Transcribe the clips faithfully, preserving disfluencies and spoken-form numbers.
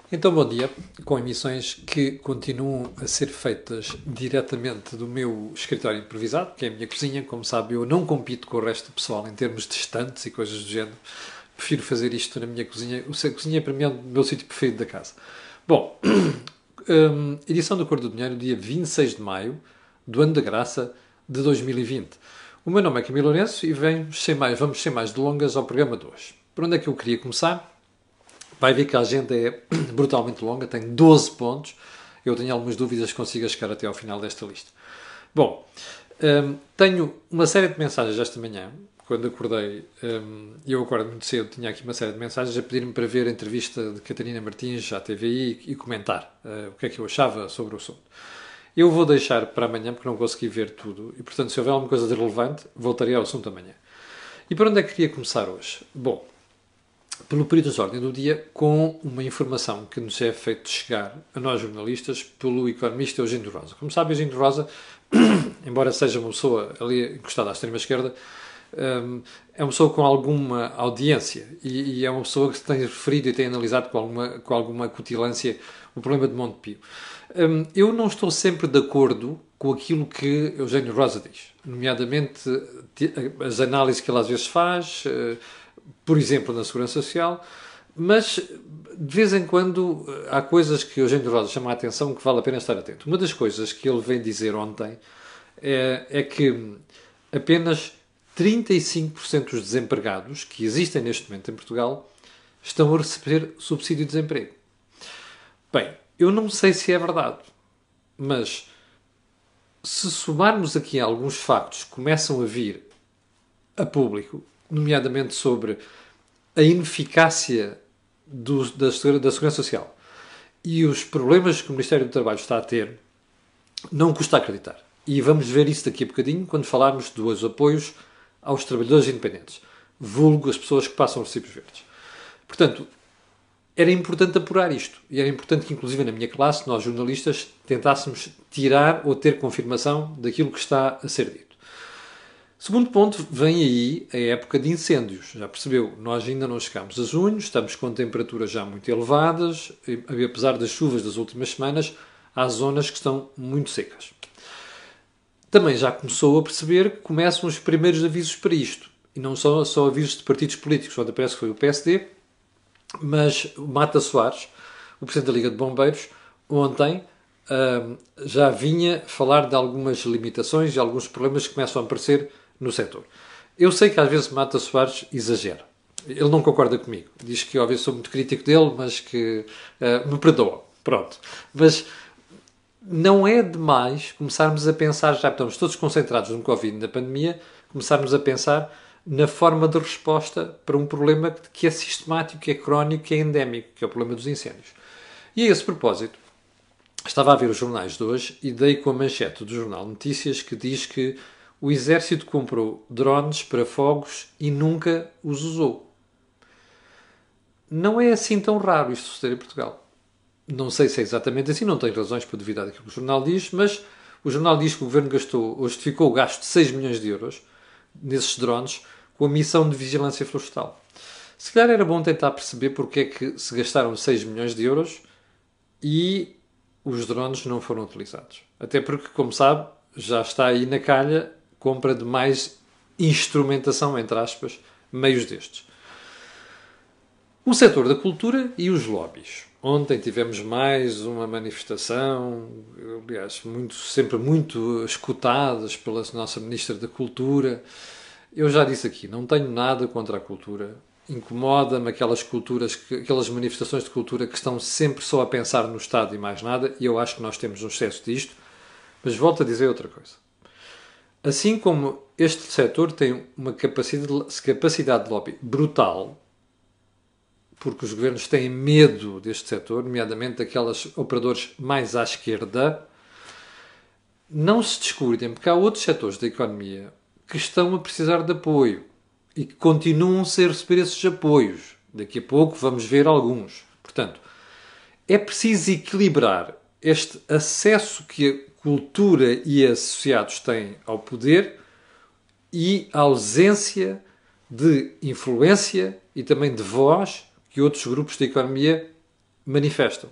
Então, bom dia, com emissões que continuam a ser feitas diretamente do meu escritório improvisado, que é a minha cozinha. Como sabe, eu não compito com o resto do pessoal em termos de estantes e coisas do género. Prefiro fazer isto na minha cozinha. A cozinha, para mim, é o meu sítio preferido da casa. Bom, hum, edição do Cor do Dinheiro, dia vinte e seis de maio do ano da graça de dois mil e vinte. O meu nome é Camilo Lourenço e vamos sem mais, vamos sem mais delongas ao programa de hoje. Por onde é que eu queria começar? Vai ver que a agenda é brutalmente longa, tem doze pontos. Eu tenho algumas dúvidas que consiga chegar até ao final desta lista. Bom, hum, tenho uma série de mensagens esta manhã. Quando acordei, hum, eu acordo muito cedo, tinha aqui uma série de mensagens a pedir-me para ver a entrevista de Catarina Martins à T V I e, e comentar uh, o que é que eu achava sobre o assunto. Eu vou deixar para amanhã, porque não consegui ver tudo, e portanto, se houver alguma coisa de relevante, voltarei ao assunto amanhã. E por onde é que queria começar hoje? Bom, pelo período de ordem do dia, com uma informação que nos é feito chegar a nós jornalistas pelo economista Eugênio Rosa. Como sabe, Eugênio Rosa, embora seja uma pessoa ali encostada à extrema-esquerda, é uma pessoa com alguma audiência e, é uma pessoa que se tem referido e tem analisado com alguma, com alguma cutilância o problema de Montepio. Eu não estou sempre de acordo com aquilo que Eugênio Rosa diz, nomeadamente as análises que ele às vezes faz, por exemplo, na Segurança Social, mas de vez em quando há coisas que Eugênio Rosa chama a atenção que vale a pena estar atento. Uma das coisas que ele vem dizer ontem é, é que apenas trinta e cinco por cento dos desempregados que existem neste momento em Portugal estão a receber subsídio de desemprego. Bem, eu não sei se é verdade, mas se somarmos aqui alguns factos que começam a vir a público, nomeadamente sobre a ineficácia do, da, da Segurança Social e os problemas que o Ministério do Trabalho está a ter, não custa acreditar. E vamos ver isso daqui a bocadinho quando falarmos dos apoios aos trabalhadores independentes, vulgo as pessoas que passam recibos verdes. Portanto, era importante apurar isto. E era importante que, inclusive, na minha classe, nós jornalistas tentássemos tirar ou ter confirmação daquilo que está a ser dito. Segundo ponto, vem aí a época de incêndios. Já percebeu? Nós ainda não chegámos a junho, estamos com temperaturas já muito elevadas, e, apesar das chuvas das últimas semanas, há zonas que estão muito secas. Também já começou a perceber que começam os primeiros avisos para isto. E não são só avisos de partidos políticos, onde parece que foi o P S D, mas o Mata Soares, o Presidente da Liga de Bombeiros, ontem uh, já vinha falar de algumas limitações e alguns problemas que começam a aparecer no setor. Eu sei que às vezes Mata Soares exagera. Ele não concorda comigo. Diz que eu às vezes sou muito crítico dele, mas que uh, me perdoa. Pronto. Mas não é demais começarmos a pensar, já estamos todos concentrados no Covid e na pandemia, começarmos a pensar na forma de resposta para um problema que é sistemático, que é crónico, que é endémico, que é o problema dos incêndios. E a esse propósito, estava a ver os jornais de hoje e dei com a manchete do Jornal Notícias que diz que o Exército comprou drones para fogos e nunca os usou. Não é assim tão raro isto suceder em Portugal. Não sei se é exatamente assim, não tenho razões para duvidar daquilo que o jornal diz, mas o jornal diz que o governo gastou, ou justificou o gasto de seis milhões de euros nesses drones com a missão de vigilância florestal. Se calhar era bom tentar perceber porque é que se gastaram seis milhões de euros e os drones não foram utilizados. Até porque, como sabe, já está aí na calha compra de mais instrumentação, entre aspas, meios destes. O setor da cultura e os lobbies. Ontem tivemos mais uma manifestação, aliás, muito, sempre muito escutadas pela nossa Ministra da Cultura. Eu já disse aqui, não tenho nada contra a cultura. Incomoda-me aquelas culturas, aquelas manifestações de cultura que estão sempre só a pensar no Estado e mais nada, e eu acho que nós temos um excesso disto. Mas volto a dizer outra coisa. Assim como este setor tem uma capacidade, capacidade de lobby brutal, porque os governos têm medo deste setor, nomeadamente daquelas operadores mais à esquerda, não se descuidem, porque há outros setores da economia que estão a precisar de apoio e que continuam a receber esses apoios. Daqui a pouco vamos ver alguns. Portanto, é preciso equilibrar este acesso que a cultura e associados têm ao poder e a ausência de influência e também de voz que outros grupos da economia manifestam.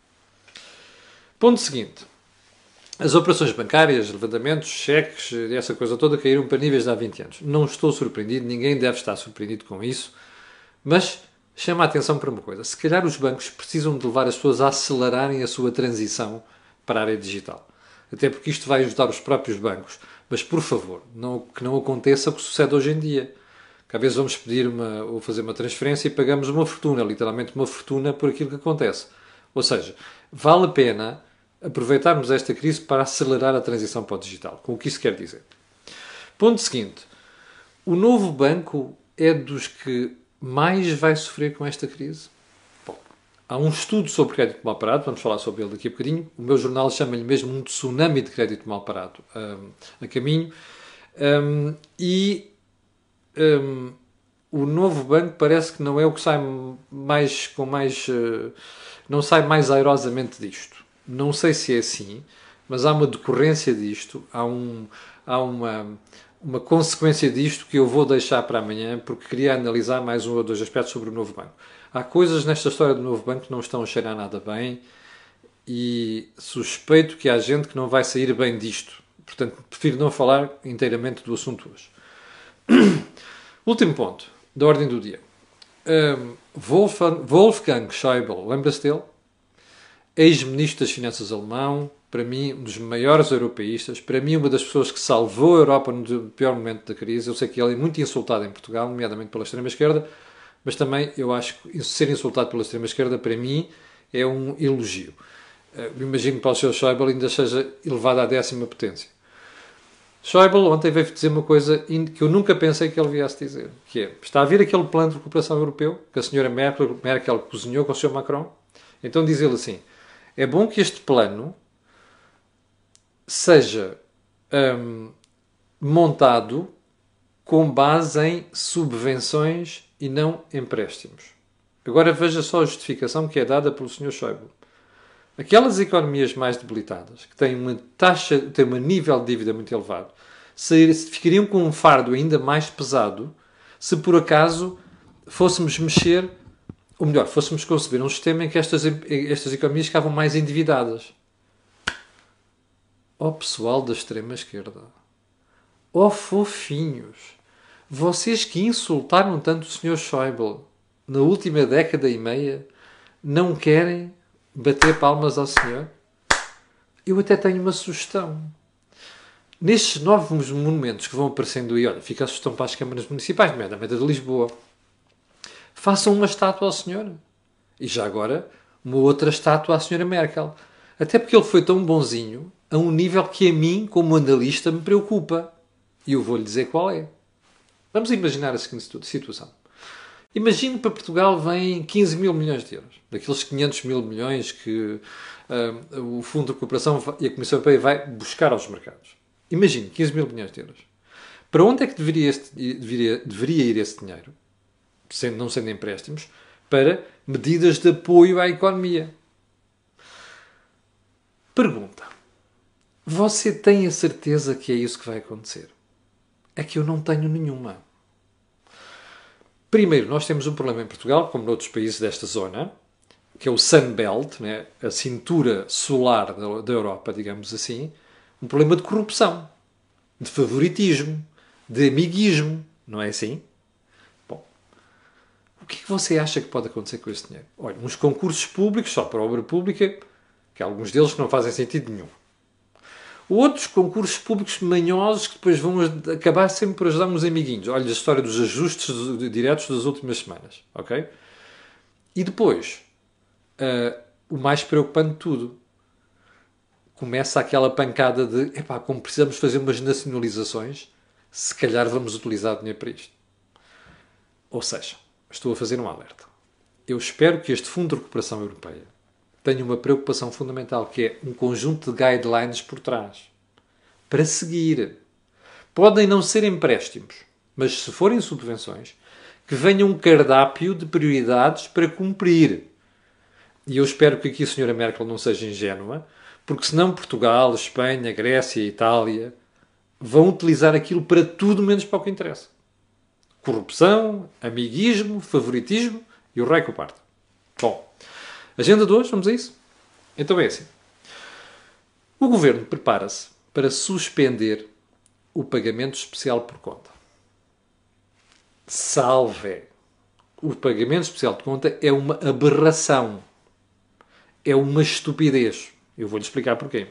Ponto seguinte. As operações bancárias, levantamentos, cheques, essa coisa toda caíram para níveis de há vinte anos. Não estou surpreendido, ninguém deve estar surpreendido com isso, mas chama a atenção para uma coisa. Se calhar os bancos precisam de levar as pessoas a acelerarem a sua transição para a área digital. Até porque isto vai ajudar os próprios bancos. Mas, por favor, não, que não aconteça o que sucede hoje em dia. Que às vezes vamos pedir uma, ou fazer uma transferência e pagamos uma fortuna, literalmente uma fortuna por aquilo que acontece. Ou seja, vale a pena aproveitarmos esta crise para acelerar a transição para o digital. Com o que isso quer dizer? Ponto seguinte. O novo banco é dos que mais vai sofrer com esta crise? Bom, há um estudo sobre crédito mal parado, vamos falar sobre ele daqui a bocadinho. O meu jornal chama-lhe mesmo um tsunami de crédito mal parado um, a caminho. Um, e um, o novo banco parece que não é o que sai mais com mais... Uh, não sai mais airosamente disto. Não sei se é assim, mas há uma decorrência disto, há, um, há uma, uma consequência disto que eu vou deixar para amanhã, porque queria analisar mais um ou dois aspectos sobre o novo banco. Há coisas nesta história do novo banco que não estão a cheirar nada bem e suspeito que há gente que não vai sair bem disto. Portanto, prefiro não falar inteiramente do assunto hoje. Último ponto, da ordem do dia. Um, Wolfgang, Wolfgang Schäuble, lembra-se dele? Ex-ministro das Finanças alemão, para mim um dos maiores europeístas, para mim uma das pessoas que salvou a Europa no pior momento da crise. Eu sei que ele é muito insultado em Portugal, nomeadamente pela extrema-esquerda, mas também eu acho que ser insultado pela extrema-esquerda, para mim, é um elogio. Eu imagino que para o seu Schäuble ainda seja elevado à décima potência. Schäuble ontem veio dizer uma coisa que eu nunca pensei que ele viesse dizer, que é, está a vir aquele plano de recuperação europeu que a senhora Merkel, Merkel cozinhou com o senhor Macron. Então diz ele assim, é bom que este plano seja hum, montado com base em subvenções e não empréstimos. Agora veja só a justificação que é dada pelo senhor Schäuble. Aquelas economias mais debilitadas, que têm uma taxa, têm um nível de dívida muito elevado, se, ficariam com um fardo ainda mais pesado se por acaso fôssemos mexer, ou melhor, fôssemos conceber um sistema em que estas, estas economias ficavam mais endividadas. Ó pessoal da extrema-esquerda, ó fofinhos, vocês que insultaram tanto o senhor Schäuble na última década e meia, não querem bater palmas ao senhor? Eu até tenho uma sugestão. Nestes novos monumentos que vão aparecendo aí, olha, fica a sugestão para as câmaras municipais, nomeadamente a de Lisboa, façam uma estátua ao senhor. E já agora, uma outra estátua à senhora Merkel. Até porque ele foi tão bonzinho a um nível que a mim, como analista, me preocupa. E eu vou-lhe dizer qual é. Vamos imaginar a seguinte situação. Imagine que para Portugal vêm quinze mil milhões de euros. Daqueles quinhentos mil milhões que uh, o Fundo de Recuperação e a Comissão Europeia vai buscar aos mercados. Imagine, quinze mil milhões de euros. Para onde é que deveria, este, deveria, deveria ir esse dinheiro? Sendo, não sendo empréstimos, para medidas de apoio à economia. Pergunta. Você tem a certeza que é isso que vai acontecer? É que eu não tenho nenhuma. Primeiro, nós temos um problema em Portugal, como noutros países desta zona, que é o Sunbelt, né? A cintura solar da, da Europa, digamos assim, um problema de corrupção, de favoritismo, de amiguismo, não é assim? Bom, o que é que você acha que pode acontecer com esse dinheiro? Olha, uns concursos públicos, só para a obra pública, que há alguns deles que não fazem sentido nenhum. Outros concursos públicos manhosos que depois vão acabar sempre por ajudar uns amiguinhos. Olha a história dos ajustes diretos das últimas semanas. Ok? E depois, uh, o mais preocupante de tudo, começa aquela pancada de epá, como precisamos fazer umas nacionalizações, se calhar vamos utilizar o dinheiro para isto. Ou seja, estou a fazer um alerta. Eu espero que este Fundo de Recuperação Europeia tenho uma preocupação fundamental, que é um conjunto de guidelines por trás. Para seguir. Podem não ser empréstimos, mas se forem subvenções, que venha um cardápio de prioridades para cumprir. E eu espero que aqui a senhora Merkel não seja ingênua, porque senão Portugal, Espanha, Grécia e Itália vão utilizar aquilo para tudo menos para o que interessa. Corrupção, amiguismo, favoritismo e o rei que o parte. Bom, Agenda de hoje, vamos a isso? Então é assim. O Governo prepara-se para suspender o pagamento especial por conta. Salve! O pagamento especial de conta é uma aberração. É uma estupidez. Eu vou-lhe explicar porquê.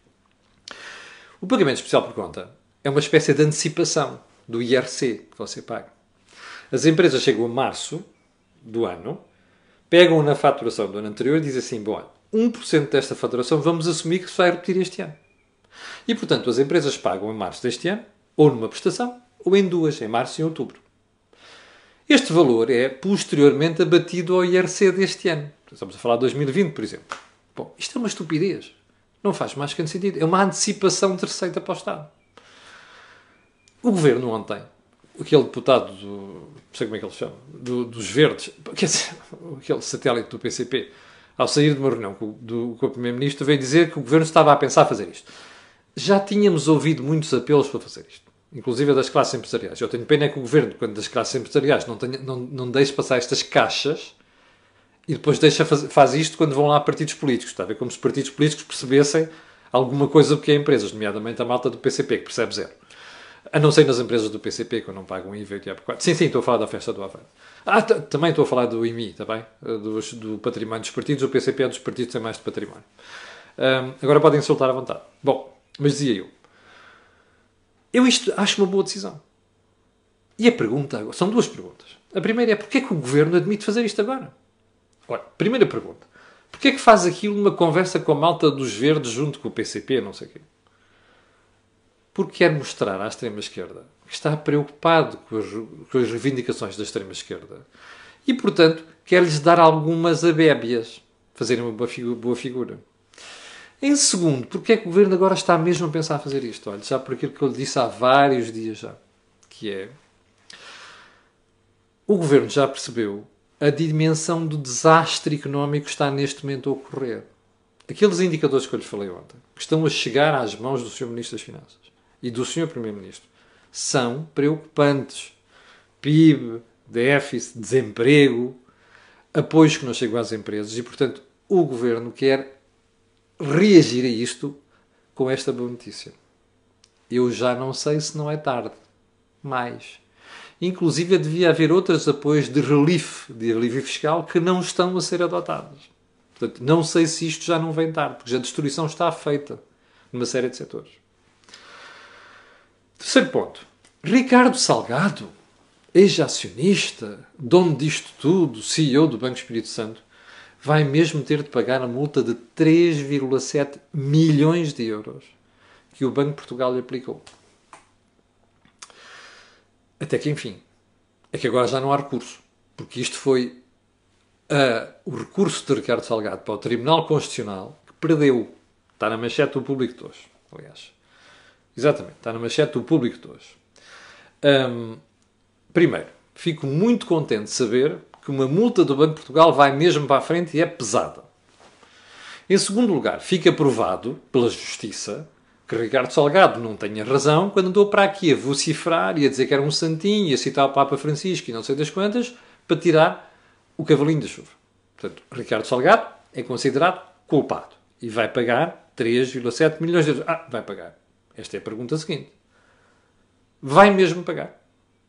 O pagamento especial por conta é uma espécie de antecipação do I R C que você paga. As empresas chegam a março do ano, pegam na faturação do ano anterior e dizem assim, bom, um por cento desta faturação vamos assumir que se vai repetir este ano. E, portanto, as empresas pagam em março deste ano, ou numa prestação, ou em duas, em março e em outubro. Este valor é posteriormente abatido ao I R C deste ano. Estamos a falar de dois mil e vinte, por exemplo. Bom, isto é uma estupidez. Não faz mais que sentido. É uma antecipação de receita para o Estado. O Governo ontem, aquele deputado, do, não sei como é que ele chama, do, dos Verdes, quer dizer, aquele satélite do P C P, ao sair de uma reunião com, do, com o Primeiro-Ministro, veio dizer que o Governo estava a pensar fazer isto. Já tínhamos ouvido muitos apelos para fazer isto, inclusive das classes empresariais. Eu tenho pena é que o Governo, quando das classes empresariais, não, tenha, não, não deixe passar estas caixas e depois deixa, faz, faz isto quando vão lá partidos políticos. Está a ver? Como se os partidos políticos percebessem alguma coisa do que é empresas, nomeadamente a malta do P C P, que percebe zero. A não ser nas empresas do P C P, que não pagam I V A e o diabo quatro. Sim, sim, estou a falar da festa do Aveiro. Ah, também estou a falar do I M I, está bem? Do, do património dos partidos. O P C P é dos partidos que têm mais de património. Um, agora podem insultar à vontade. Bom, mas dizia eu. Eu isto acho uma boa decisão. E a pergunta agora, são duas perguntas. A primeira é, porquê é que o Governo admite fazer isto agora? Olha, primeira pergunta. Porquê é que faz aquilo numa conversa com a malta dos Verdes junto com o P C P, não sei o quê? Porque quer mostrar à extrema-esquerda que está preocupado com as, com as reivindicações da extrema-esquerda e, portanto, quer-lhes dar algumas abébias, fazerem uma boa figura, boa figura. Em segundo, porque é que o Governo agora está mesmo a pensar a fazer isto? Olha, já por aquilo que eu lhe disse há vários dias já, que é... O Governo já percebeu a dimensão do desastre económico que está neste momento a ocorrer. Aqueles indicadores que eu lhe falei ontem, que estão a chegar às mãos do senhor Ministro das Finanças e do senhor Primeiro-Ministro, são preocupantes. P I B, déficit, desemprego, apoios que não chegam às empresas e, portanto, o Governo quer reagir a isto com esta boa notícia. Eu já não sei se não é tarde. Mais. Inclusive, devia haver outros apoios de relief, de alívio fiscal, que não estão a ser adotados. Portanto, não sei se isto já não vem tarde, porque a destruição está feita numa série de setores. Terceiro ponto. Ricardo Salgado, ex-acionista, dono disto tudo, C E O do Banco Espírito Santo, vai mesmo ter de pagar a multa de três vírgula sete milhões de euros que o Banco de Portugal lhe aplicou. Até que, enfim, é que agora já não há recurso, porque isto foi uh, o recurso de Ricardo Salgado para o Tribunal Constitucional que perdeu. Está na manchete do Público de hoje, aliás. Exatamente, está na manchete do Público de hoje. Um, primeiro, fico muito contente de saber que uma multa do Banco de Portugal vai mesmo para a frente e é pesada. Em segundo lugar, fica provado pela Justiça que Ricardo Salgado não tenha razão quando andou para aqui a vociferar e a dizer que era um santinho e a citar o Papa Francisco e não sei das quantas para tirar o cavalinho da chuva. Portanto, Ricardo Salgado é considerado culpado e vai pagar três vírgula sete milhões de euros. Ah, vai pagar. Esta é a pergunta seguinte. Vai mesmo pagar?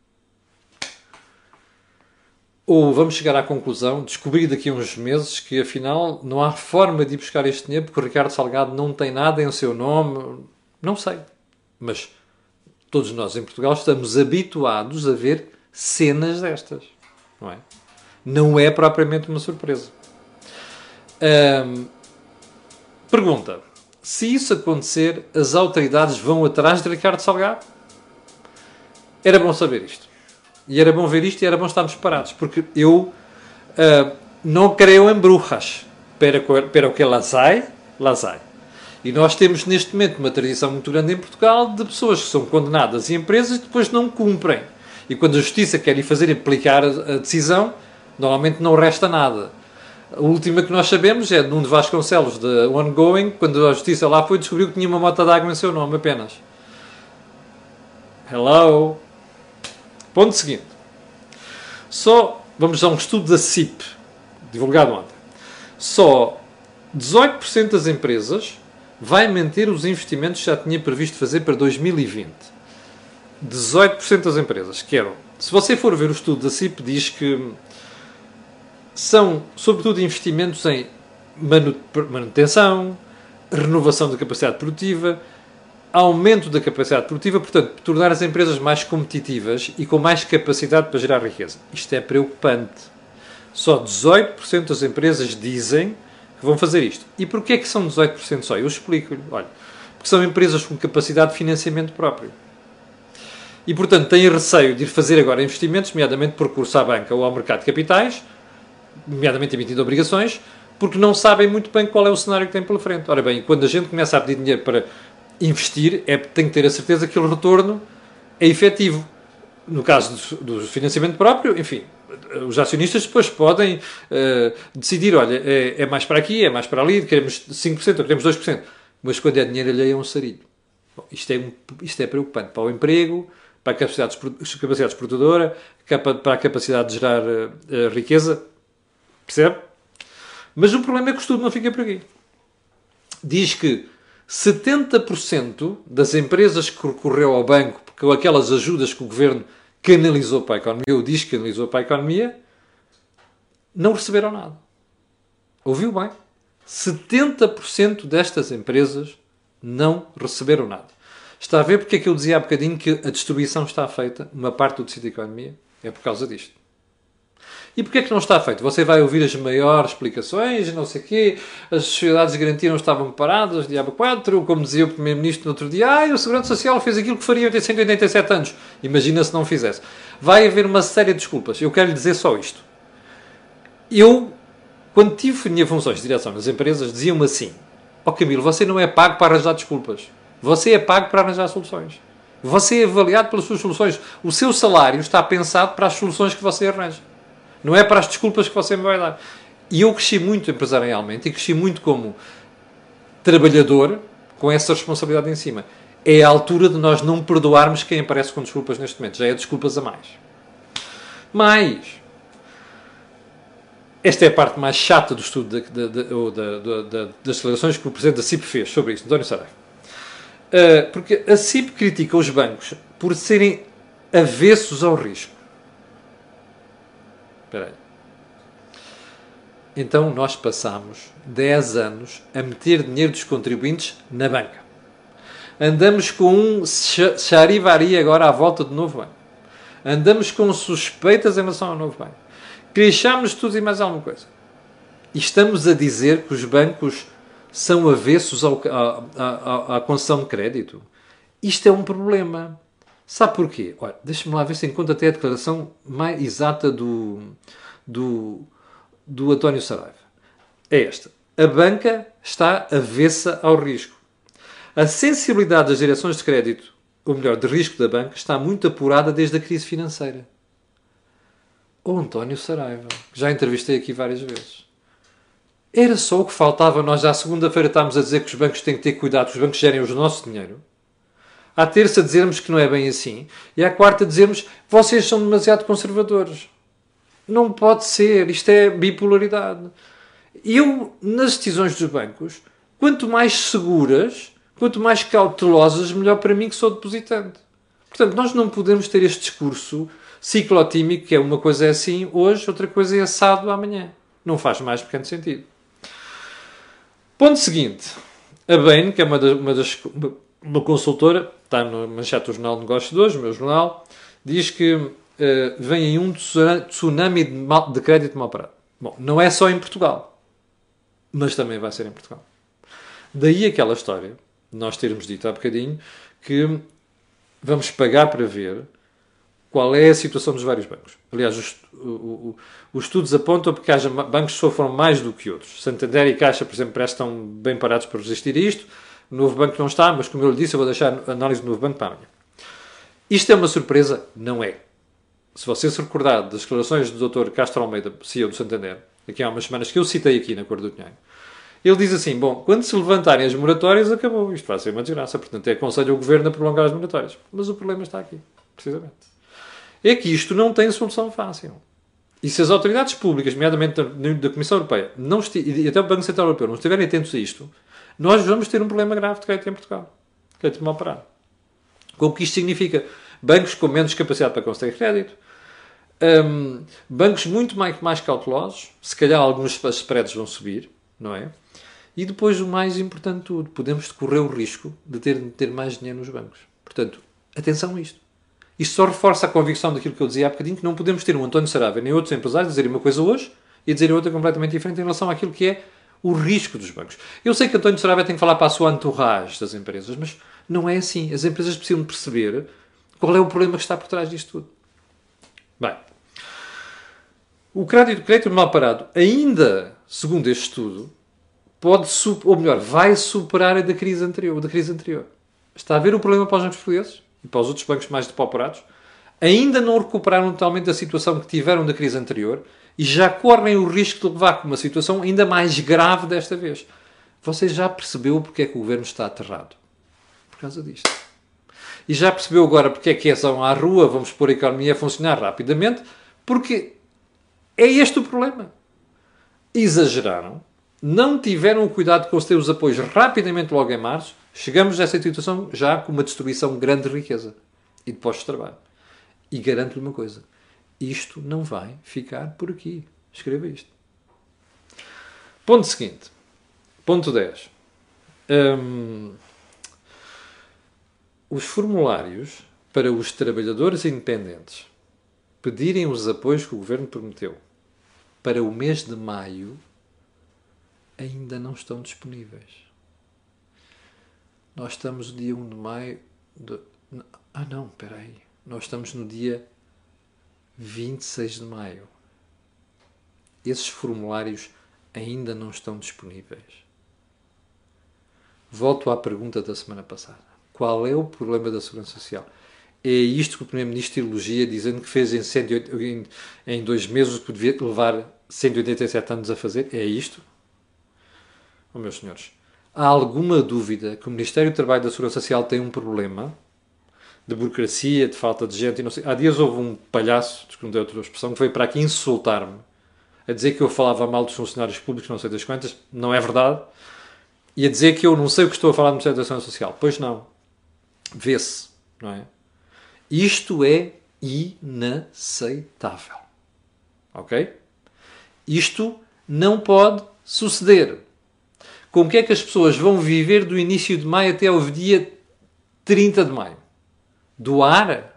Ou vamos chegar à conclusão, descobrir daqui a uns meses que, afinal, não há forma de ir buscar este dinheiro porque o Ricardo Salgado não tem nada em seu nome? Não sei. Mas todos nós em Portugal estamos habituados a ver cenas destas. Não é? Não é propriamente uma surpresa. Hum, pergunta. Se isso acontecer, as autoridades vão atrás de Ricardo Salgado? Era bom saber isto. E era bom ver isto e era bom estarmos parados. Porque eu uh, não creio em bruxas. Pero, pero que las hay, las hay. E nós temos neste momento uma tradição muito grande em Portugal de pessoas que são condenadas em empresas e depois não cumprem. E quando a Justiça quer ir fazer aplicar a decisão, normalmente não resta nada. A última que nós sabemos é de Nuno Vasconcelos, da Ongoing, quando a Justiça lá foi, descobriu que tinha uma mota de água em seu nome apenas. Hello? Ponto seguinte. Só, vamos a um estudo da C I P, divulgado ontem. só dezoito por cento das empresas vai manter os investimentos que já tinha previsto fazer para dois mil e vinte. dezoito por cento das empresas querem. Se você for ver o estudo da C I P, diz que são, sobretudo, investimentos em manutenção, renovação da capacidade produtiva, aumento da capacidade produtiva, portanto, tornar as empresas mais competitivas e com mais capacidade para gerar riqueza. Isto é preocupante. Só dezoito por cento das empresas dizem que vão fazer isto. E porquê é que são dezoito por cento só? Eu explico-lhe. Olha, porque são empresas com capacidade de financiamento próprio. E, portanto, têm receio de ir fazer agora investimentos, nomeadamente por curso à banca ou ao mercado de capitais, nomeadamente emitindo obrigações, porque não sabem muito bem qual é o cenário que têm pela frente. Ora bem, quando a gente começa a pedir dinheiro para investir, é, tem que ter a certeza que o retorno é efetivo. No caso do, do financiamento próprio, enfim, os acionistas depois podem uh, decidir, olha, é, é mais para aqui, é mais para ali, queremos cinco por cento ou queremos dois por cento. Mas quando é dinheiro alheio é um sarilho. Bom, isto, é um, isto é preocupante para o emprego, para a capacidade, capacidade exportadora, para a capacidade de gerar uh, riqueza. Percebe? Mas o problema é que o estudo não fica por aqui. Diz que setenta por cento das empresas que recorreu ao banco com aquelas ajudas que o governo canalizou para a economia, ou diz que canalizou para a economia, não receberam nada. Ouviu bem? setenta por cento destas empresas não receberam nada. Está a ver porque é que eu dizia há bocadinho que a distribuição está feita, uma parte do tecido da economia? É por causa disto. E porquê é que não está feito? Você vai ouvir as maiores explicações, não sei o quê, as sociedades de garantia não estavam paradas, diabo quatro, como dizia o Primeiro-Ministro no outro dia, ah, o Segurança Social fez aquilo que faria em cento e oitenta e sete anos. Imagina se não fizesse. Vai haver uma série de desculpas. Eu quero lhe dizer só isto. Eu, quando tive minhas funções de direção nas empresas, diziam-me assim, ó oh, Camilo, você não é pago para arranjar desculpas. Você é pago para arranjar soluções. Você é avaliado pelas suas soluções. O seu salário está pensado para as soluções que você arranja. Não é para as desculpas que você me vai dar. E eu cresci muito empresarialmente e cresci muito como trabalhador com essa responsabilidade em cima. É a altura de nós não perdoarmos quem aparece com desculpas neste momento. Já é desculpas a mais. Mas esta é a parte mais chata do estudo da, da, da, da, da, das declarações que o Presidente da C I P fez sobre isto, António Saraiva. Uh, porque a C I P critica os bancos por serem avessos ao risco. Espera aí. Então nós passamos dez anos a meter dinheiro dos contribuintes na banca. Andamos com um charivari agora à volta do novo banco. Andamos com suspeitas em relação ao novo banco. Queixamos tudo e mais alguma coisa. E estamos a dizer que os bancos são avessos ao, à, à, à concessão de crédito. Isto é um problema. Sabe porquê? Olha, deixa-me lá ver se encontro até a declaração mais exata do, do, do António Saraiva. É esta. A banca está avessa ao risco. A sensibilidade das direções de crédito, ou melhor, de risco da banca, está muito apurada desde a crise financeira. O António Saraiva, que já entrevistei aqui várias vezes. Era só o que faltava. Nós, à segunda-feira, estávamos a dizer que os bancos têm que ter cuidado, que os bancos gerem o nosso dinheiro. À terça dizermos que não é bem assim. E à quarta dizermos vocês são demasiado conservadores. Não pode ser. Isto é bipolaridade. Eu, nas decisões dos bancos, quanto mais seguras, quanto mais cautelosas, melhor para mim que sou depositante. Portanto, nós não podemos ter este discurso ciclotímico, que é uma coisa é assim hoje, outra coisa é assado amanhã. Não faz mais pequeno sentido. Ponto seguinte. A Bain, que é uma das... Uma das uma consultora, está no manchete do Jornal de Negócios de hoje, o meu jornal, diz que uh, vem aí um tsunami de, mal, de crédito mal parado. Bom, não é só em Portugal, mas também vai ser em Portugal. Daí aquela história, nós termos dito há bocadinho, que vamos pagar para ver qual é a situação dos vários bancos. Aliás, os, o, o, os estudos apontam que haja bancos que sofram mais do que outros. Santander e Caixa, por exemplo, parece que estão bem parados para resistir a isto. O Novo Banco não está, mas como eu lhe disse, eu vou deixar a análise do Novo Banco para amanhã. Isto é uma surpresa? Não é. Se você se recordar das declarações do doutor Castro Almeida, C E O do Santander, aqui há umas semanas, que eu citei aqui na Cor do Dinheiro, ele diz assim, bom, quando se levantarem as moratórias, acabou. Isto vai ser uma desgraça. Portanto, é aconselho o Governo a prolongar as moratórias. Mas o problema está aqui, precisamente. É que isto não tem solução fácil. E se as autoridades públicas, nomeadamente da, da Comissão Europeia, não esti- e até o Banco Central Europeu, não estiverem atentos a isto, nós vamos ter um problema grave de crédito em Portugal. Crédito mal parado. Com o que isto significa? Bancos com menos capacidade para conceder crédito, um, bancos muito mais, mais cautelosos, se calhar alguns spreads vão subir, não é? E depois o mais importante de tudo, podemos correr o risco de ter, de ter mais dinheiro nos bancos. Portanto, atenção a isto. Isto só reforça a convicção daquilo que eu dizia há bocadinho, que não podemos ter um António Saraiva nem outros empresários dizerem uma coisa hoje e dizerem outra completamente diferente em relação àquilo que é o risco dos bancos. Eu sei que António Saraiva tem que falar para a sua entourage das empresas, mas não é assim. As empresas precisam perceber qual é o problema que está por trás disto tudo. Bem, o crédito, crédito mal parado, ainda, segundo este estudo, pode, ou melhor, vai superar a da crise anterior. Da crise anterior. Está a ver o problema para os bancos portugueses e para os outros bancos mais depauperados? Ainda não recuperaram totalmente a situação que tiveram da crise anterior e já correm o risco de levar com uma situação ainda mais grave desta vez. Você já percebeu porque é que o governo está aterrado? Por causa disto. E já percebeu agora porque é que são à rua, vamos pôr a economia a funcionar rapidamente? Porque é este o problema. Exageraram, não tiveram o cuidado de conceder os apoios rapidamente logo em março, chegamos a essa situação já com uma destruição grande de riqueza e de postos de trabalho. E garanto-lhe uma coisa, isto não vai ficar por aqui. Escreva isto. Ponto seguinte. Ponto dez. Hum, os formulários para os trabalhadores independentes pedirem os apoios que o governo prometeu para o mês de maio ainda não estão disponíveis. Nós estamos no dia um de maio... De... Ah não, espera aí. Nós estamos no dia vinte e seis de maio. Esses formulários ainda não estão disponíveis. Volto à pergunta da semana passada. Qual é o problema da Segurança Social? É isto que o Primeiro-Ministro elogia, dizendo que fez em, cento e oito, em, em dois meses o que devia levar cento e oitenta e sete anos a fazer? É isto? Oh, meus senhores, há alguma dúvida que o Ministério do Trabalho e da Segurança Social tem um problema de burocracia, de falta de gente e não sei... Há dias houve um palhaço, desculpe outra expressão, que veio para aqui insultar-me, a dizer que eu falava mal dos funcionários públicos, não sei das quantas, não é verdade, e a dizer que eu não sei o que estou a falar do Ministério da Segurança Social. Pois não. Vê-se, não é? Isto é inaceitável. Ok? Isto não pode suceder. Como é que as pessoas vão viver do início de maio até ao dia trinta de maio? Doar?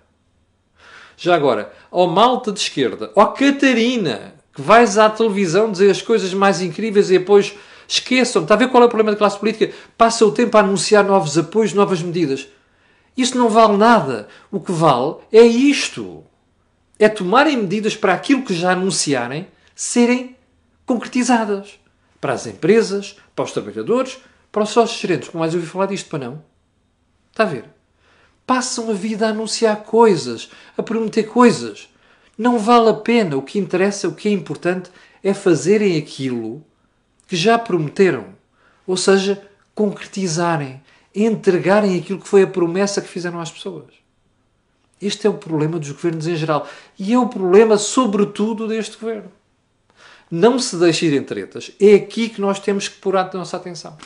Já agora, ao malta de esquerda, ó Catarina, que vais à televisão dizer as coisas mais incríveis e depois esqueçam. Está a ver qual é o problema da classe política? Passa o tempo a anunciar novos apoios, novas medidas. Isso não vale nada. O que vale é isto. É tomarem medidas para aquilo que já anunciarem serem concretizadas. Para as empresas, para os trabalhadores, para os sócios gerentes. Como mais ouvi falar disto, para não? Está a ver? Passam a vida a anunciar coisas, a prometer coisas. Não vale a pena. O que interessa, o que é importante, é fazerem aquilo que já prometeram. Ou seja, concretizarem, entregarem aquilo que foi a promessa que fizeram às pessoas. Este é o problema dos governos em geral. E é o problema, sobretudo, deste governo. Não se deixe ir em tretas. É aqui que nós temos que pôr a nossa atenção.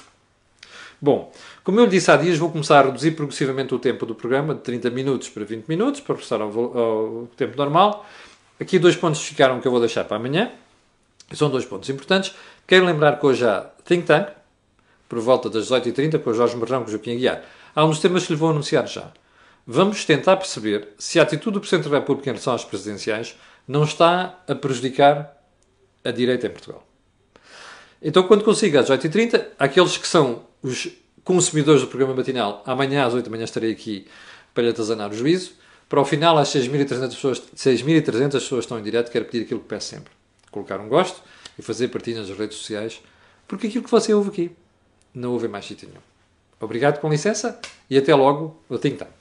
Bom, como eu lhe disse há dias, vou começar a reduzir progressivamente o tempo do programa de trinta minutos para vinte minutos, para regressar ao, ao tempo normal. Aqui dois pontos ficaram que eu vou deixar para amanhã. São dois pontos importantes. Quero lembrar que hoje há Think Tank, por volta das dezoito e trinta, com o Jorge Marrão, com o Joaquim Aguiar. Há uns temas que lhe vou anunciar já. Vamos tentar perceber se a atitude do Presidente da República em relação às presidenciais não está a prejudicar a direita em Portugal. Então, quando consiga, às dezoito e trinta, aqueles que são os consumidores do programa matinal, amanhã às oito da manhã estarei aqui para lhe atazanar o juízo. Para o final, às seis mil e trezentas pessoas, seis mil e trezentas pessoas estão em direto, quero pedir aquilo que peço sempre. Colocar um gosto e fazer partilha nas redes sociais, porque aquilo que você ouve aqui não ouve mais sítio nenhum. Obrigado, com licença, e até logo, eu tenho tanto.